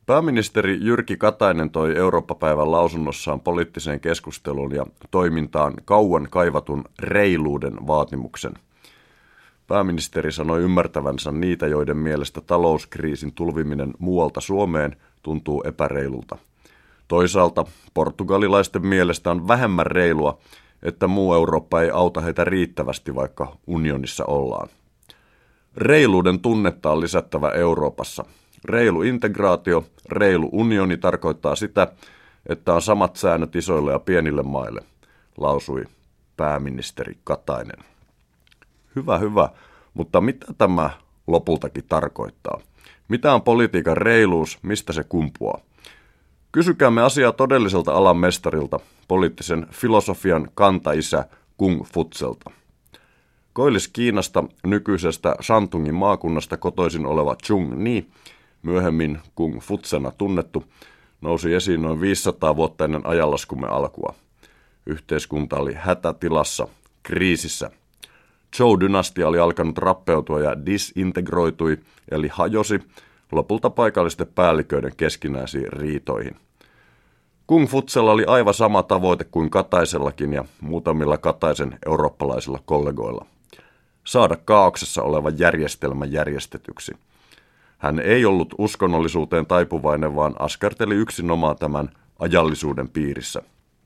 Pääministeri Jyrki Katainen toi Eurooppa-päivän lausunnossaan poliittiseen keskusteluun ja toimintaan kauan kaivatun reiluuden vaatimuksen. Pääministeri sanoi ymmärtävänsä niitä, joiden mielestä talouskriisin tulviminen muualta Suomeen tuntuu epäreilulta. Toisaalta portugalilaisten mielestä on vähemmän reilua, että muu Eurooppa ei auta heitä riittävästi, vaikka unionissa ollaan. Reiluuden tunnetta on lisättävä Euroopassa. Reilu integraatio, reilu unioni tarkoittaa sitä, että on samat säännöt isoille ja pienille maille, lausui pääministeri Katainen. Hyvä, mutta mitä tämä lopultakin tarkoittaa? Mitä on politiikan reiluus, mistä se kumpuaa? Kysykäämme asiaa todelliselta alan mestarilta, poliittisen filosofian kantaisä Kung Futselta. Koillis-Kiinasta nykyisestä Shantungin maakunnasta kotoisin oleva Chung Ni, myöhemmin Kung Futsena tunnettu, nousi esiin noin 500 vuotta ennen ajanlaskumme alkua. Yhteiskunta oli hätätilassa, kriisissä. Zhou-dynastia oli alkanut rappeutua ja disintegroitui, eli hajosi, lopulta paikallisten päälliköiden keskinäisiin riitoihin. Kung Futsella oli aivan sama tavoite kuin Kataisellakin ja muutamilla Kataisen eurooppalaisilla kollegoilla. Saada kaauksessa oleva järjestelmä järjestetyksi. Hän ei ollut uskonnollisuuteen taipuvainen, vaan askarteli yksinomaan tämän ajallisuuden piirissä.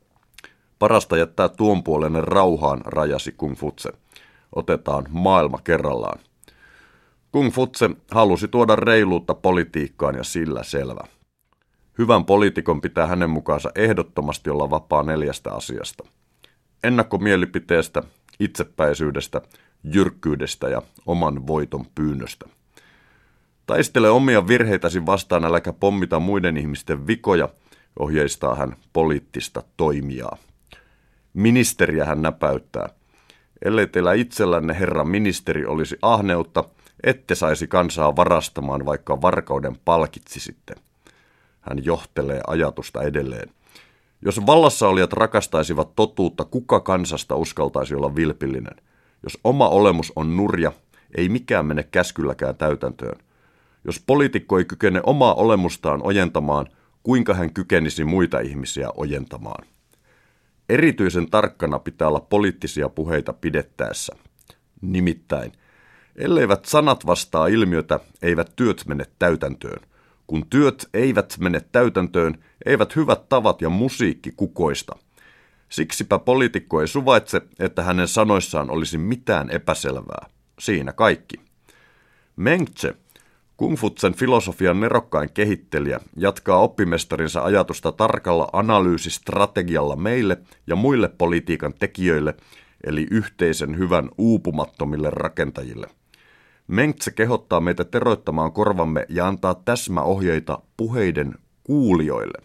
Parasta jättää tuonpuoleinen rauhaan, rajasi Kung Futse. Otetaan maailma kerrallaan. Kung Futse halusi tuoda reiluutta politiikkaan ja sillä selvä. Hyvän poliitikon pitää hänen mukaansa ehdottomasti olla vapaa 4 asiasta. Ennakkomielipiteestä, itsepäisyydestä, jyrkkyydestä ja oman voiton pyynnöstä. Taistele omia virheitäsi vastaan, äläkä pommita muiden ihmisten vikoja, ohjeistaa hän poliittista toimijaa. Ministeriä hän näpäyttää. Ellei teillä itsellänne herra ministeri olisi ahneutta, ette saisi kansaa varastamaan, vaikka varkauden palkitsisitte. Hän johtelee ajatusta edelleen. Jos vallassaolijat rakastaisivat totuutta, kuka kansasta uskaltaisi olla vilpillinen? Jos oma olemus on nurja, ei mikään mene käskylläkään täytäntöön. Jos poliitikko ei kykene omaa olemustaan ojentamaan, kuinka hän kykenisi muita ihmisiä ojentamaan? Erityisen tarkkana pitää olla poliittisia puheita pidettäessä. Nimittäin, elleivät sanat vastaa ilmiötä, eivät työt mene täytäntöön. Kun työt eivät mene täytäntöön, eivät hyvät tavat ja musiikki kukoista. Siksipä poliitikko ei suvaitse, että hänen sanoissaan olisi mitään epäselvää. Siinä kaikki. Meng Tse, Kung Futsen filosofian nerokkain kehittelijä, jatkaa oppimestarinsa ajatusta tarkalla analyysistrategialla meille ja muille politiikan tekijöille, eli yhteisen hyvän uupumattomille rakentajille. Meng Tse kehottaa meitä teroittamaan korvamme ja antaa täsmäohjeita puheiden kuulijoille.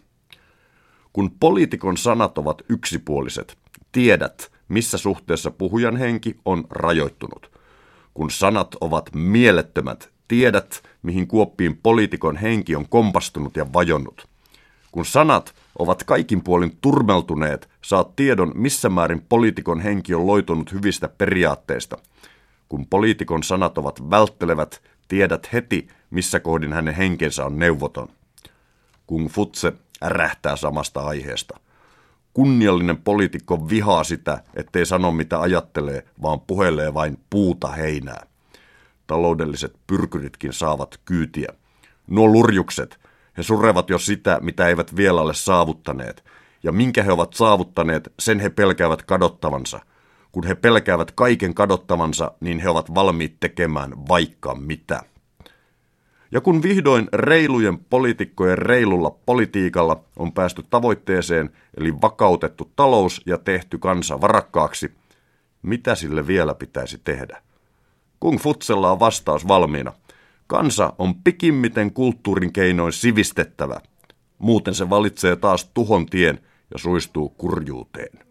Kun poliitikon sanat ovat yksipuoliset, tiedät, missä suhteessa puhujan henki on rajoittunut. Kun sanat ovat mielettömät, tiedät, mihin kuoppiin poliitikon henki on kompastunut ja vajonnut. Kun sanat ovat kaikin puolin turmeltuneet, saat tiedon, missä määrin poliitikon henki on loitunut hyvistä periaatteista. Kun poliitikon sanat ovat välttelevät, tiedät heti, missä kohdin hänen henkensä on neuvoton. Kung Futse ärähtää samasta aiheesta. Kunniallinen poliitikko vihaa sitä, ettei sano mitä ajattelee, vaan puhelee vain puuta heinää. Taloudelliset pyrkyritkin saavat kyytiä. Nuo lurjukset, he surevat jo sitä, mitä eivät vielä ole saavuttaneet. Ja minkä he ovat saavuttaneet, sen he pelkäävät kadottavansa. Kun he pelkäävät kaiken kadottavansa, niin he ovat valmiit tekemään vaikka mitä. Ja kun vihdoin reilujen poliitikkojen reilulla politiikalla on päästy tavoitteeseen, eli vakautettu talous ja tehty kansa varakkaaksi, mitä sille vielä pitäisi tehdä? Kung Futsella on vastaus valmiina. Kansa on pikimmiten kulttuurin keinoin sivistettävä. Muuten se valitsee taas tuhon tien ja suistuu kurjuuteen.